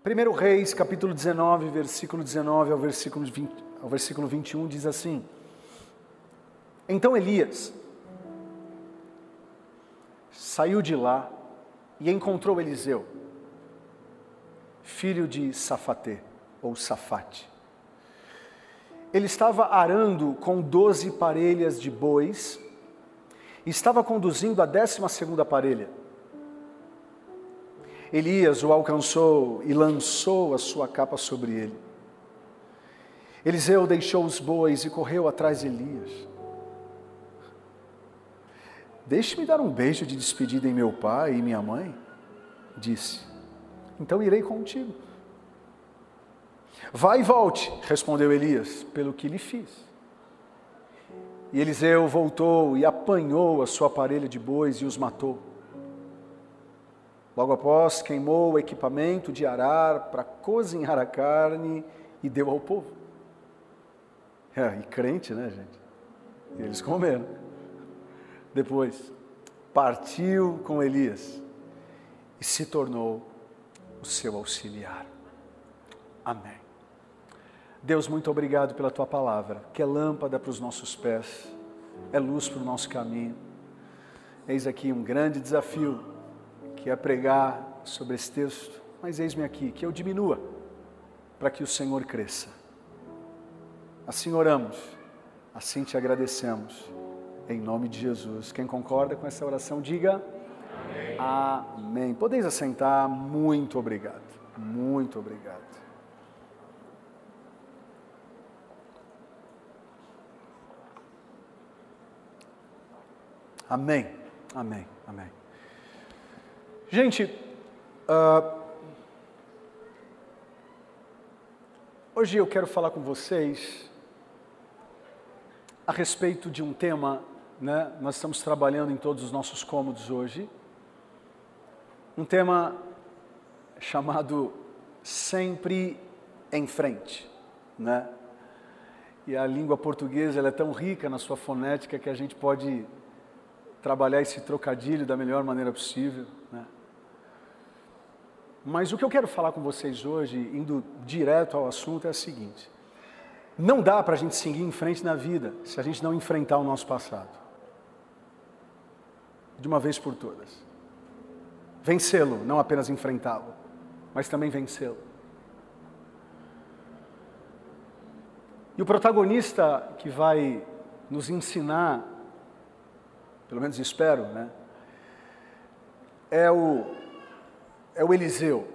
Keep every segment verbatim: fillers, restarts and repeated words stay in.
primeiro Reis, capítulo dezenove, versículo dezenove ao versículo vinte, ao versículo vinte e um, diz assim: Então Elias saiu de lá e encontrou Eliseu, filho de Safate, ou Safate. Ele estava arando com doze parelhas de bois e estava conduzindo a décima segunda parelha. Elias o alcançou e lançou a sua capa sobre ele. Eliseu deixou os bois e correu atrás de Elias. Deixe-me dar um beijo de despedida em meu pai e minha mãe, disse. Então irei contigo. Vai e volte, respondeu Elias, pelo que lhe fiz. E Eliseu voltou e apanhou a sua parelha de bois e os matou. Logo após, queimou o equipamento de arar para cozinhar a carne e deu ao povo. É, e crente, né, gente? E eles comeram. Depois, partiu com Elias e se tornou o seu auxiliar. Amém. Deus, muito obrigado pela Tua palavra, que é lâmpada para os nossos pés, é luz para o nosso caminho. Eis aqui um grande desafio, que é pregar sobre esse texto, mas eis-me aqui, que eu diminua, para que o Senhor cresça. Assim oramos, assim te agradecemos, em nome de Jesus. Quem concorda com essa oração, diga amém. Amém. Podeis assentar, muito obrigado, muito obrigado. Amém, amém, amém. Gente, uh, hoje eu quero falar com vocês a respeito de um tema, né? Nós estamos trabalhando em todos os nossos cômodos hoje, um tema chamado Sempre em Frente, né? E a língua portuguesa ela é tão rica na sua fonética que a gente pode trabalhar esse trocadilho da melhor maneira possível, né? Mas o que eu quero falar com vocês hoje, indo direto ao assunto, é o seguinte: não dá para a gente seguir em frente na vida se a gente não enfrentar o nosso passado. De uma vez por todas. Vencê-lo, não apenas enfrentá-lo, mas também vencê-lo. E o protagonista que vai nos ensinar, pelo menos espero, né, é o É o Eliseu.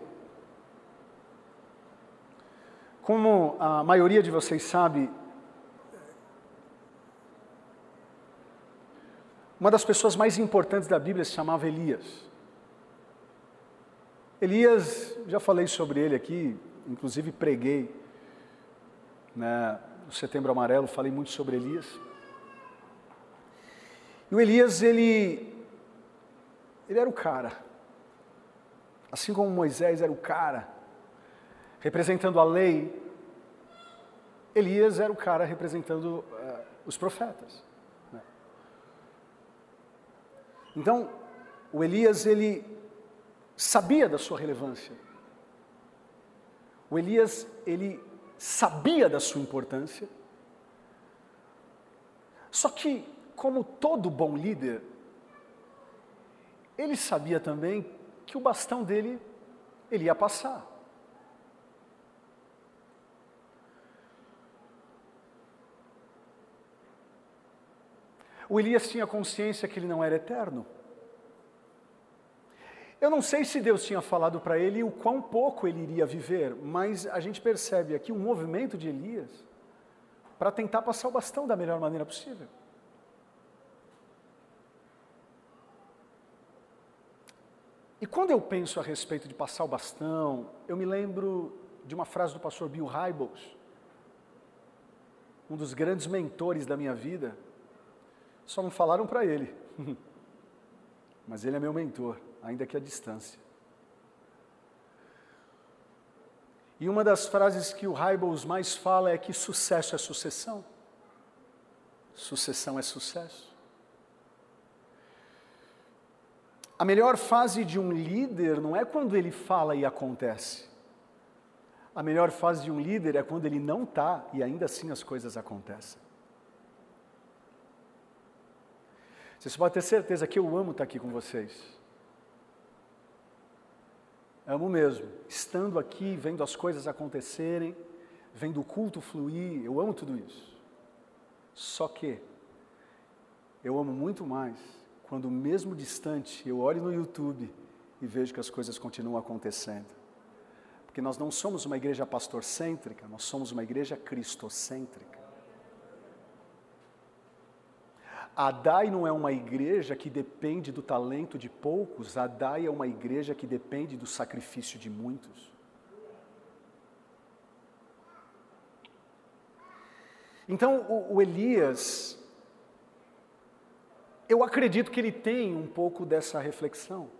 Como a maioria de vocês sabe, uma das pessoas mais importantes da Bíblia se chamava Elias. Elias, já falei sobre ele aqui, inclusive preguei, né, no Setembro Amarelo, falei muito sobre Elias. E o Elias, ele, ele era o cara. Assim como Moisés era o cara, representando a lei, Elias era o cara representando uh, os profetas, né? Então, o Elias, ele sabia da sua relevância. O Elias, ele sabia da sua importância. Só que, como todo bom líder, ele sabia também que o bastão dele, ele ia passar. O Elias tinha consciência que ele não era eterno. Eu não sei se Deus tinha falado para ele o quão pouco ele iria viver, mas a gente percebe aqui um movimento de Elias para tentar passar o bastão da melhor maneira possível. E quando eu penso a respeito de passar o bastão, eu me lembro de uma frase do pastor Bill Hybels, um dos grandes mentores da minha vida. Só não falaram para ele, mas ele é meu mentor, ainda que à distância. E uma das frases que o Hybels mais fala é que sucesso é sucessão. Sucessão é sucesso. A melhor fase de um líder não é quando ele fala e acontece. A melhor fase de um líder é quando ele não está e ainda assim as coisas acontecem. Vocês podem ter certeza que eu amo estar aqui com vocês. Amo mesmo. Estando aqui, vendo as coisas acontecerem, vendo o culto fluir, eu amo tudo isso. Só que eu amo muito mais quando mesmo distante eu olho no YouTube e vejo que as coisas continuam acontecendo. Porque nós não somos uma igreja pastorcêntrica, nós somos uma igreja cristocêntrica. A D A I não é uma igreja que depende do talento de poucos, a D A I é uma igreja que depende do sacrifício de muitos. Então, o, o Elias, eu acredito que ele tem um pouco dessa reflexão.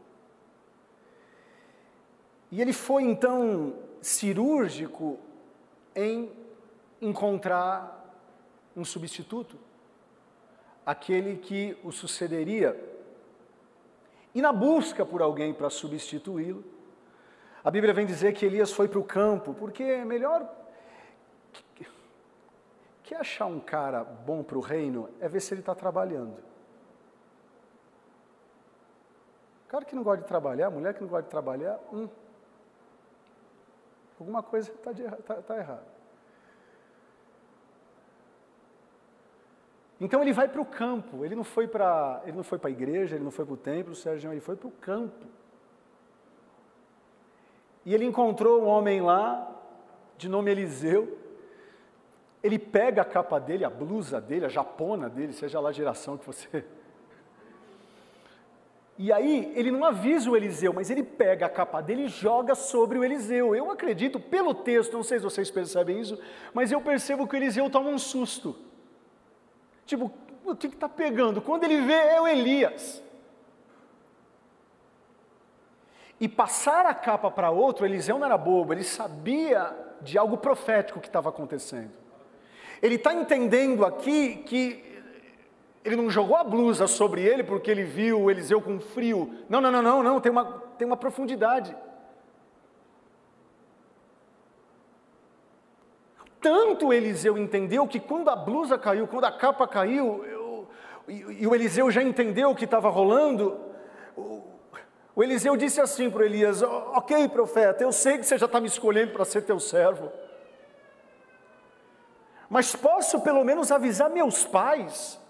E ele foi, então, cirúrgico em encontrar um substituto, aquele que o sucederia. E na busca por alguém para substituí-lo, a Bíblia vem dizer que Elias foi para o campo, porque é melhor que, que achar um cara bom para o reino é ver se ele está trabalhando. O cara que não gosta de trabalhar, a mulher que não gosta de trabalhar, hum, alguma coisa está tá, tá errada. Então ele vai para o campo, ele não foi para ele não foi para a igreja, ele não foi para o templo, Sérgio, ele foi para o campo. E ele encontrou um homem lá, de nome Eliseu. Ele pega a capa dele, a blusa dele, a japona dele, seja lá a geração que você... E aí, ele não avisa o Eliseu, mas ele pega a capa dele e joga sobre o Eliseu. Eu acredito, pelo texto, não sei se vocês percebem isso, mas eu percebo que o Eliseu toma um susto. Tipo, o que está pegando? Quando ele vê, é o Elias. E passar a capa para outro, Eliseu não era bobo, ele sabia de algo profético que estava acontecendo. Ele está entendendo aqui que ele não jogou a blusa sobre ele porque ele viu o Eliseu com frio. Não, não, não, não, não, tem uma, tem uma profundidade. Tanto Eliseu entendeu que quando a blusa caiu, quando a capa caiu, eu, e, e o Eliseu já entendeu o que estava rolando, o, o Eliseu disse assim para Elias: ok, profeta, eu sei que você já está me escolhendo para ser teu servo, mas posso pelo menos avisar meus pais,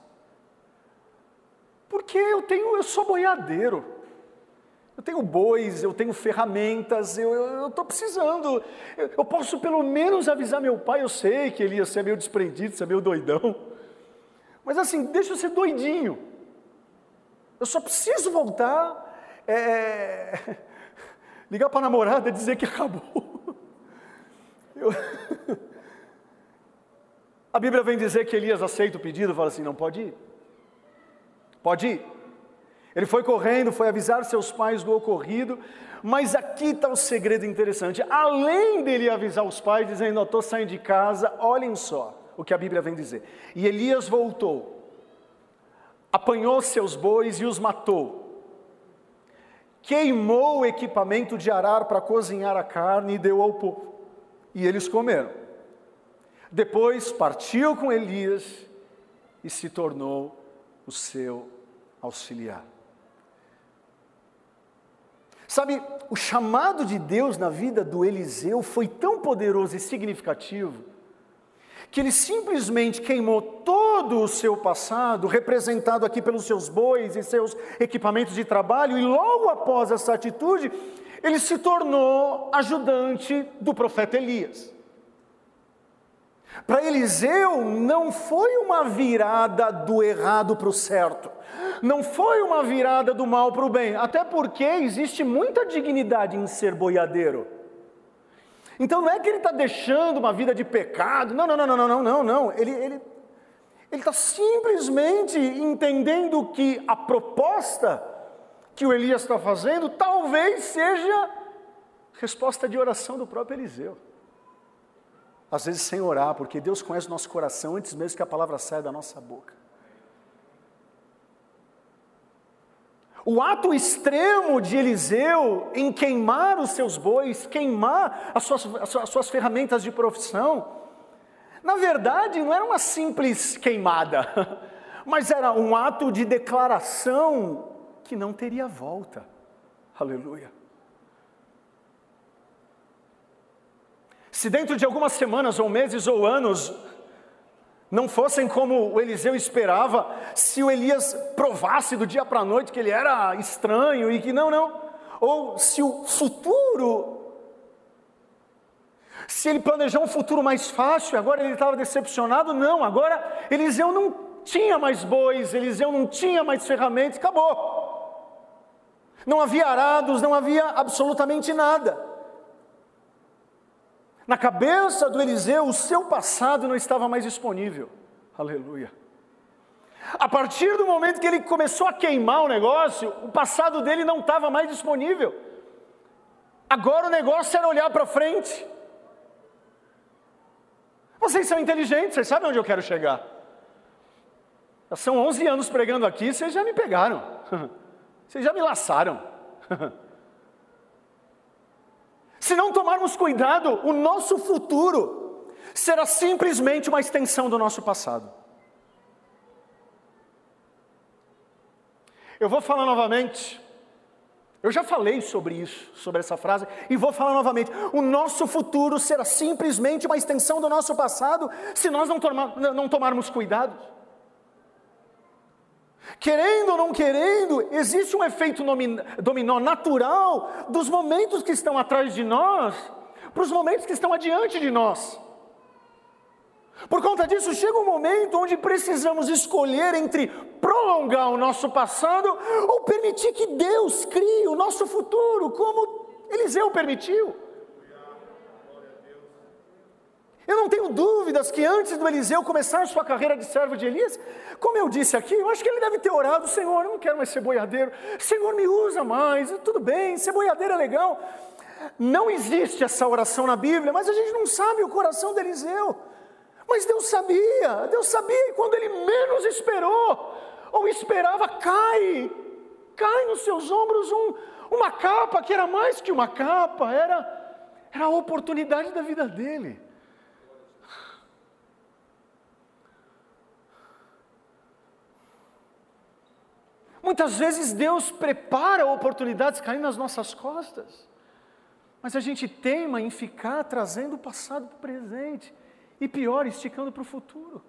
porque eu tenho, eu sou boiadeiro. Eu tenho bois, eu tenho ferramentas, eu estou precisando, eu, eu posso pelo menos avisar meu pai, eu sei que ele ia ser meio desprendido, ser meio doidão, mas assim, deixa eu ser doidinho, eu só preciso voltar, é, ligar para a namorada e dizer que acabou. Eu, a Bíblia vem dizer que Elias aceita o pedido, fala assim, não, pode ir, pode ir. Ele foi correndo, foi avisar seus pais do ocorrido, mas aqui está o segredo interessante. Além dele avisar os pais, dizendo, eu estou saindo de casa, olhem só o que a Bíblia vem dizer. E Elias voltou, apanhou seus bois e os matou. Queimou o equipamento de arar para cozinhar a carne e deu ao povo. E eles comeram. Depois partiu com Elias e se tornou o seu auxiliar. Sabe, o chamado de Deus na vida do Eliseu foi tão poderoso e significativo, que ele simplesmente queimou todo o seu passado, representado aqui pelos seus bois e seus equipamentos de trabalho, e logo após essa atitude, ele se tornou ajudante do profeta Elias. Para Eliseu não foi uma virada do errado para o certo, não foi uma virada do mal para o bem, até porque existe muita dignidade em ser boiadeiro. Então não é que ele está deixando uma vida de pecado, não, não, não, não, não, não, não, ele ele ele está simplesmente entendendo que a proposta que o Elias está fazendo talvez seja resposta de oração do próprio Eliseu. Às vezes sem orar, porque Deus conhece o nosso coração antes mesmo que a palavra saia da nossa boca. O ato extremo de Eliseu em queimar os seus bois, queimar as suas, as suas ferramentas de profissão, na verdade não era uma simples queimada, mas era um ato de declaração que não teria volta. Aleluia. Se dentro de algumas semanas, ou meses, ou anos, não fossem como o Eliseu esperava, se o Elias provasse do dia para a noite que ele era estranho e que não, não, ou se o futuro, se ele planejou um futuro mais fácil, agora ele estava decepcionado, não, agora Eliseu não tinha mais bois, Eliseu não tinha mais ferramentas, acabou. Não havia arados, não havia absolutamente nada. Na cabeça do Eliseu, o seu passado não estava mais disponível. Aleluia. A partir do momento que ele começou a queimar o negócio, o passado dele não estava mais disponível. Agora o negócio era olhar para frente. Vocês são inteligentes, vocês sabem onde eu quero chegar. Já são onze anos pregando aqui, vocês já me pegaram. Vocês já me laçaram. Se não tomarmos cuidado, o nosso futuro será simplesmente uma extensão do nosso passado. Eu vou falar novamente, eu já falei sobre isso, sobre essa frase, e vou falar novamente. O nosso futuro será simplesmente uma extensão do nosso passado, se nós não, tomar, não tomarmos cuidado. Querendo ou não querendo, existe um efeito dominó natural dos momentos que estão atrás de nós, para os momentos que estão adiante de nós. Por conta disso, chega um momento onde precisamos escolher entre prolongar o nosso passado ou permitir que Deus crie o nosso futuro, como Eliseu permitiu. Eu não tenho dúvidas que antes do Eliseu começar sua carreira de servo de Elias, como eu disse aqui, eu acho que ele deve ter orado: Senhor, eu não quero mais ser boiadeiro, Senhor, me usa mais, tudo bem, ser boiadeiro é legal. Não existe essa oração na Bíblia, mas a gente não sabe o coração de Eliseu. Mas Deus sabia, Deus sabia, e quando ele menos esperou, ou esperava, cai, cai nos seus ombros um, uma capa, que era mais que uma capa, era, era a oportunidade da vida dele. Muitas vezes Deus prepara oportunidades caindo nas nossas costas, mas a gente teima em ficar trazendo o passado para o presente, e pior, esticando para o futuro.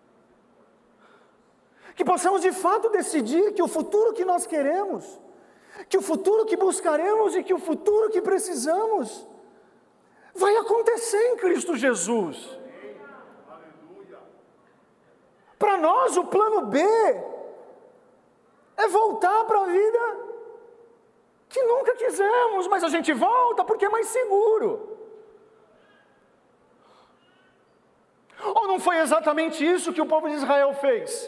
Que possamos de fato decidir que o futuro que nós queremos, que o futuro que buscaremos e que o futuro que precisamos, vai acontecer em Cristo Jesus. Para nós o plano B é voltar para a vida que nunca quisemos, mas a gente volta porque é mais seguro. Ou não foi exatamente isso que o povo de Israel fez?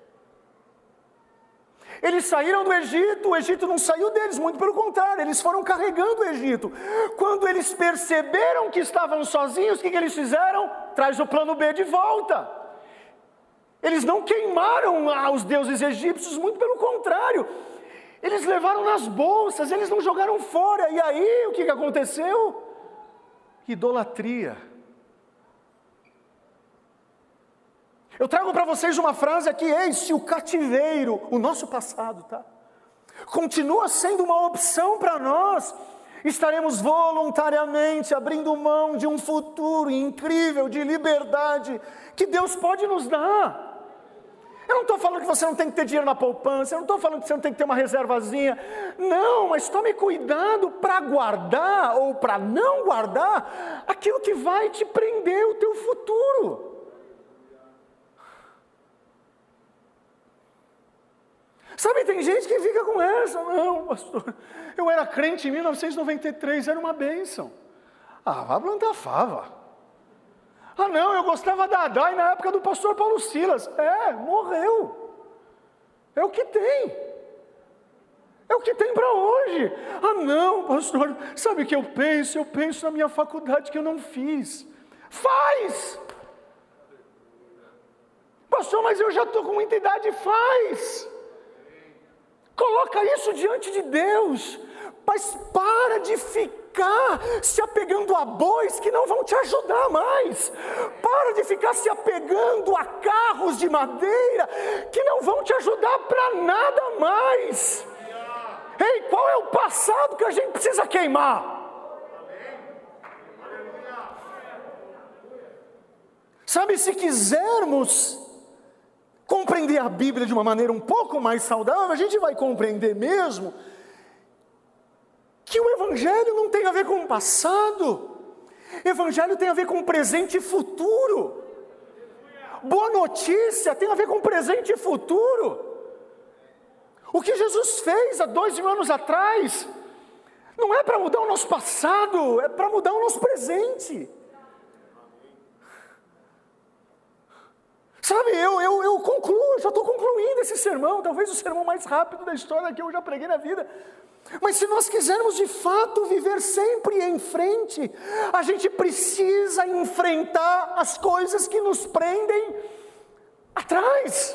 Eles saíram do Egito, o Egito não saiu deles, muito pelo contrário, eles foram carregando o Egito. Quando eles perceberam que estavam sozinhos, o que, que eles fizeram? Traz o plano B de volta. Eles não queimaram os deuses egípcios, muito pelo contrário. Eles levaram nas bolsas, eles não jogaram fora. E aí, o que, que aconteceu? Idolatria. Eu trago para vocês uma frase aqui: eis, se o cativeiro, o nosso passado, tá? Continua sendo uma opção para nós, estaremos voluntariamente abrindo mão de um futuro incrível de liberdade que Deus pode nos dar. Eu não estou falando que você não tem que ter dinheiro na poupança, eu não estou falando que você não tem que ter uma reservazinha, não, mas tome cuidado para guardar ou para não guardar aquilo que vai te prender o teu futuro. Sabe, tem gente que fica com essa: não, pastor, eu era crente em mil novecentos e noventa e três, era uma bênção. Ah, vai plantar fava. Ah não, eu gostava da Adai na época do pastor Paulo Silas. É, morreu. É o que tem. É o que tem para hoje. Ah não, pastor, sabe o que eu penso? Eu penso na minha faculdade que eu não fiz. Faz! Pastor, mas eu já estou com muita idade. Faz! Coloca isso diante de Deus, mas para de ficar se apegando a bois que não vão te ajudar mais. Para de ficar se apegando a carros de madeira que não vão te ajudar para nada mais. Ei, qual é o passado que a gente precisa queimar? Sabe, se quisermos compreender a Bíblia de uma maneira um pouco mais saudável, a gente vai compreender mesmo que o Evangelho não tem a ver com o passado. Evangelho tem a ver com presente e futuro. Boa notícia tem a ver com presente e futuro. O que Jesus fez há dois mil anos atrás não é para mudar o nosso passado, é para mudar o nosso presente. Sabe, eu, eu, eu concluo, já estou concluindo esse sermão, talvez o sermão mais rápido da história que eu já preguei na vida. Mas se nós quisermos de fato viver sempre em frente, a gente precisa enfrentar as coisas que nos prendem atrás.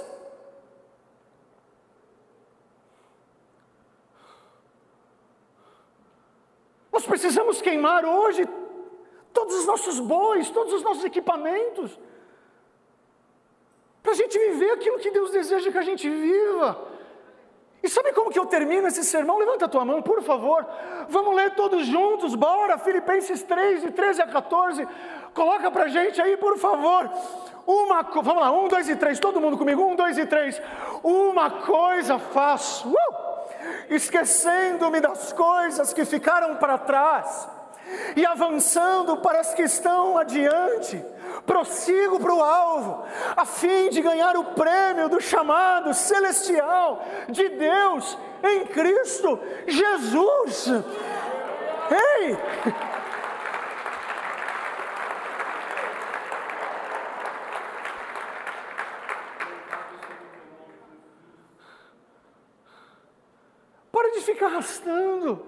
Nós precisamos queimar hoje todos os nossos bois, todos os nossos equipamentos, para a gente viver aquilo que Deus deseja que a gente viva. E sabe como que eu termino esse sermão? Levanta a tua mão, por favor. Vamos ler todos juntos, bora. Filipenses três, de treze a quatorze. Coloca para a gente aí, por favor. Uma, vamos lá, um, dois e três. Todo mundo comigo, um, dois e três. Uma coisa faço, uh! esquecendo-me das coisas que ficaram para trás e avançando para as que estão adiante, prossigo para o alvo, a fim de ganhar o prêmio do chamado celestial de Deus em Cristo Jesus. Ei! Para de ficar arrastando.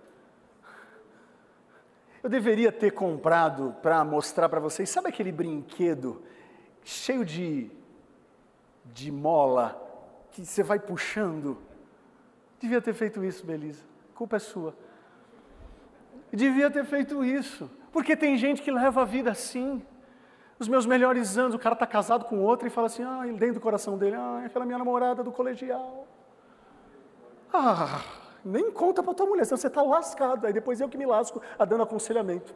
Eu deveria ter comprado para mostrar para vocês, sabe aquele brinquedo cheio de, de mola, que você vai puxando? Devia ter feito isso, Belisa, a culpa é sua. Devia ter feito isso, porque tem gente que leva a vida assim. Os meus melhores anos, o cara está casado com outra e fala assim, ah, dentro do coração dele, ah, aquela minha namorada do colegial. Ah... Nem conta para tua mulher, senão você está lascado. Aí depois eu que me lasco a dando aconselhamento.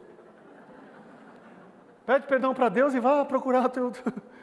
Pede perdão para Deus e vá procurar teu...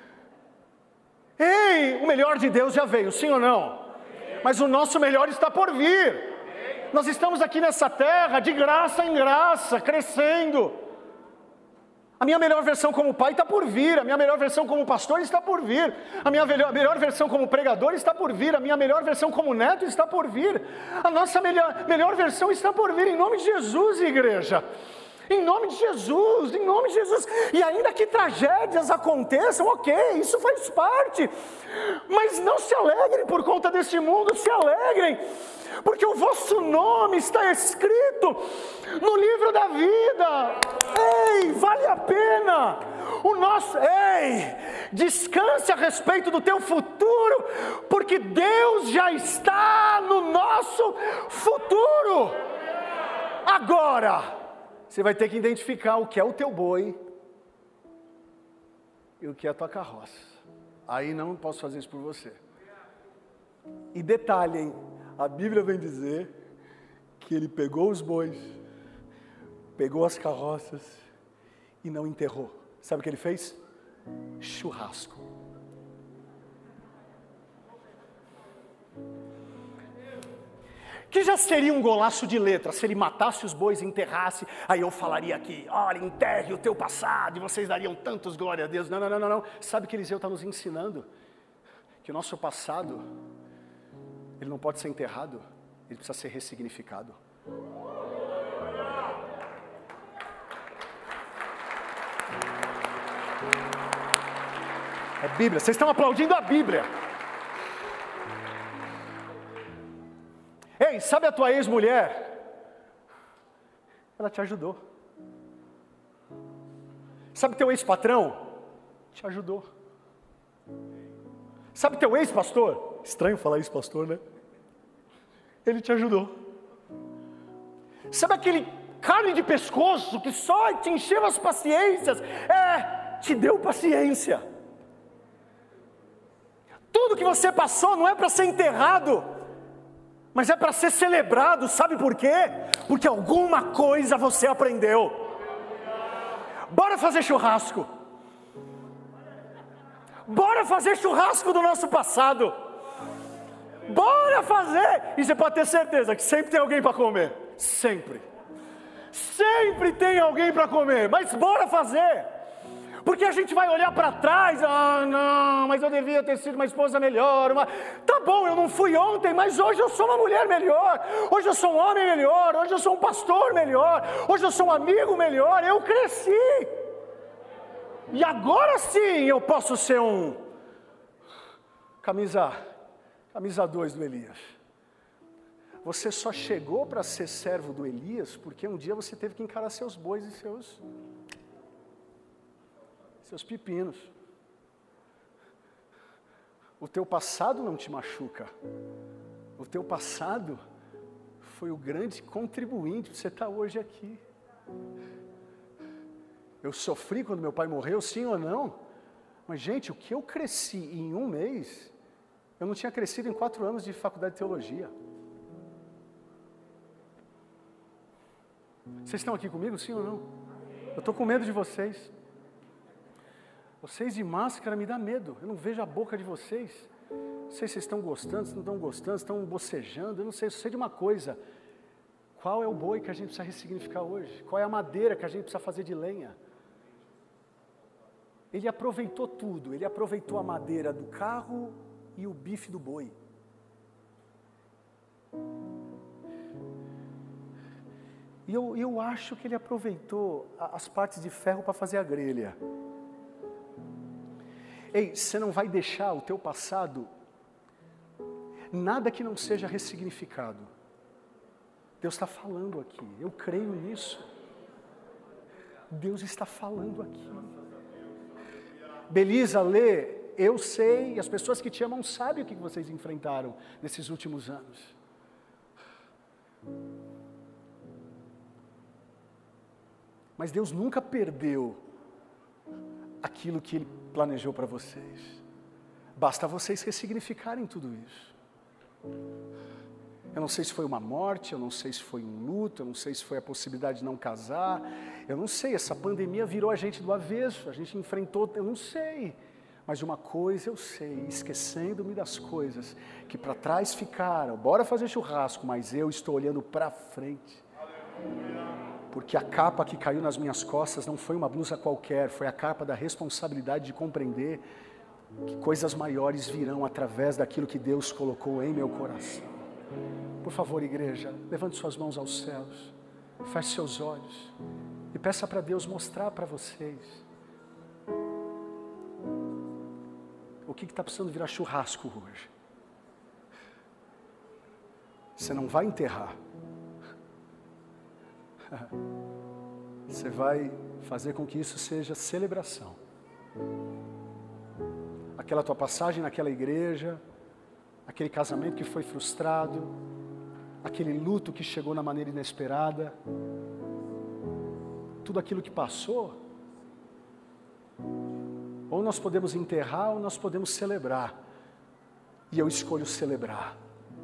Ei, o melhor de Deus já veio, sim ou não? Mas o nosso melhor está por vir. Nós estamos aqui nessa terra de graça em graça, crescendo. A minha melhor versão como pai está por vir, a minha melhor versão como pastor está por vir, a minha melhor, melhor versão como pregador está por vir, a minha melhor versão como neto está por vir, a nossa melhor, melhor versão está por vir, em nome de Jesus, igreja, em nome de Jesus, em nome de Jesus, e ainda que tragédias aconteçam, ok, isso faz parte, mas não se alegrem por conta deste mundo, se alegrem, porque o vosso nome está escrito no livro da vida. Ei, vale a pena. O nosso, ei, descanse a respeito do teu futuro, porque Deus já está no nosso futuro. Agora, você vai ter que identificar o que é o teu boi e o que é a tua carroça. Aí não posso fazer isso por você. E detalhem, a Bíblia vem dizer que ele pegou os bois, pegou as carroças e não enterrou. Sabe o que ele fez? Churrasco. Que já seria um golaço de letra, se ele matasse os bois e enterrasse, aí eu falaria aqui, olha, enterre o teu passado, e vocês dariam tantos glória a Deus. Não, não, não, não, não. Sabe o que Eliseu está nos ensinando? Que o nosso passado, ele não pode ser enterrado, ele precisa ser ressignificado. É Bíblia, vocês estão aplaudindo a Bíblia. Ei, sabe a tua ex-mulher? Ela te ajudou. Sabe teu ex-patrão? Te ajudou. Sabe teu ex-pastor? Estranho falar ex-pastor, né? Ele te ajudou. Sabe aquele carne de pescoço que só te encheu as paciências? É, te deu paciência. Tudo que você passou não é para ser enterrado, mas é para ser celebrado. Sabe por quê? Porque alguma coisa você aprendeu. Bora fazer churrasco. Bora fazer churrasco do nosso passado. Bora fazer. E você pode ter certeza que sempre tem alguém para comer. Sempre. Sempre tem alguém para comer. Mas bora fazer. Porque a gente vai olhar para trás. Ah, não, mas eu devia ter sido uma esposa melhor. Uma... Tá bom, eu não fui ontem, mas hoje eu sou uma mulher melhor. Hoje eu sou um homem melhor. Hoje eu sou um pastor melhor. Hoje eu sou um amigo melhor. Eu cresci. E agora sim eu posso ser um camisa camisa dois do Elias. Você só chegou para ser servo do Elias porque um dia você teve que encarar seus bois e seus seus pepinos. O teu passado não te machuca. O teu passado foi o grande contribuinte para você estar hoje aqui. Eu sofri quando meu pai morreu, sim ou não? Mas, gente, o que eu cresci em um mês, eu não tinha crescido em quatro anos de faculdade de teologia. Vocês estão aqui comigo, sim ou não? Eu estou com medo de vocês. Vocês de máscara me dá medo. Eu não vejo a boca de vocês. Não sei se vocês estão gostando, se não estão gostando, se estão bocejando. Eu não sei, eu sei de uma coisa. Qual é o boi que a gente precisa ressignificar hoje? Qual é a madeira que a gente precisa fazer de lenha? Ele aproveitou tudo. Ele aproveitou a madeira do carro e o bife do boi. E eu, eu acho que ele aproveitou as partes de ferro para fazer a grelha. Ei, você não vai deixar o teu passado, nada que não seja ressignificado. Deus está falando aqui, eu creio nisso. Deus está falando aqui. Belisa, Lê, eu sei, e as pessoas que te amam sabem o que vocês enfrentaram nesses últimos anos. Mas Deus nunca perdeu aquilo que Ele planejou para vocês. Basta vocês ressignificarem tudo isso. Eu não sei se foi uma morte, eu não sei se foi um luto, eu não sei se foi a possibilidade de não casar, eu não sei, essa pandemia virou a gente do avesso, a gente enfrentou, eu não sei. Mas uma coisa eu sei, esquecendo-me das coisas que para trás ficaram, bora fazer churrasco, mas eu estou olhando para frente. Porque a capa que caiu nas minhas costas não foi uma blusa qualquer, foi a capa da responsabilidade de compreender que coisas maiores virão através daquilo que Deus colocou em meu coração. Por favor, igreja, levante suas mãos aos céus, feche seus olhos e peça para Deus mostrar para vocês o que está precisando virar churrasco hoje. Você não vai enterrar. Você vai fazer com que isso seja celebração. Aquela tua passagem naquela igreja, aquele casamento que foi frustrado, aquele luto que chegou na maneira inesperada, tudo aquilo que passou, ou nós podemos enterrar ou nós podemos celebrar, e eu escolho celebrar.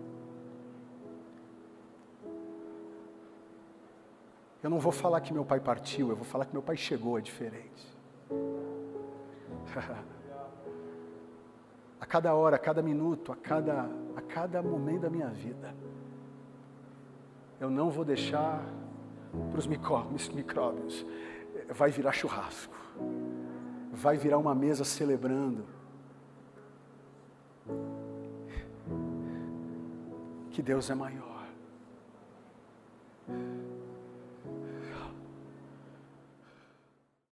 Eu não vou falar que meu pai partiu, eu vou falar que meu pai chegou, é diferente. A cada hora, a cada minuto, a cada, a cada momento da minha vida, eu não vou deixar para os micróbios. Vai virar churrasco, vai virar uma mesa celebrando que Deus é maior.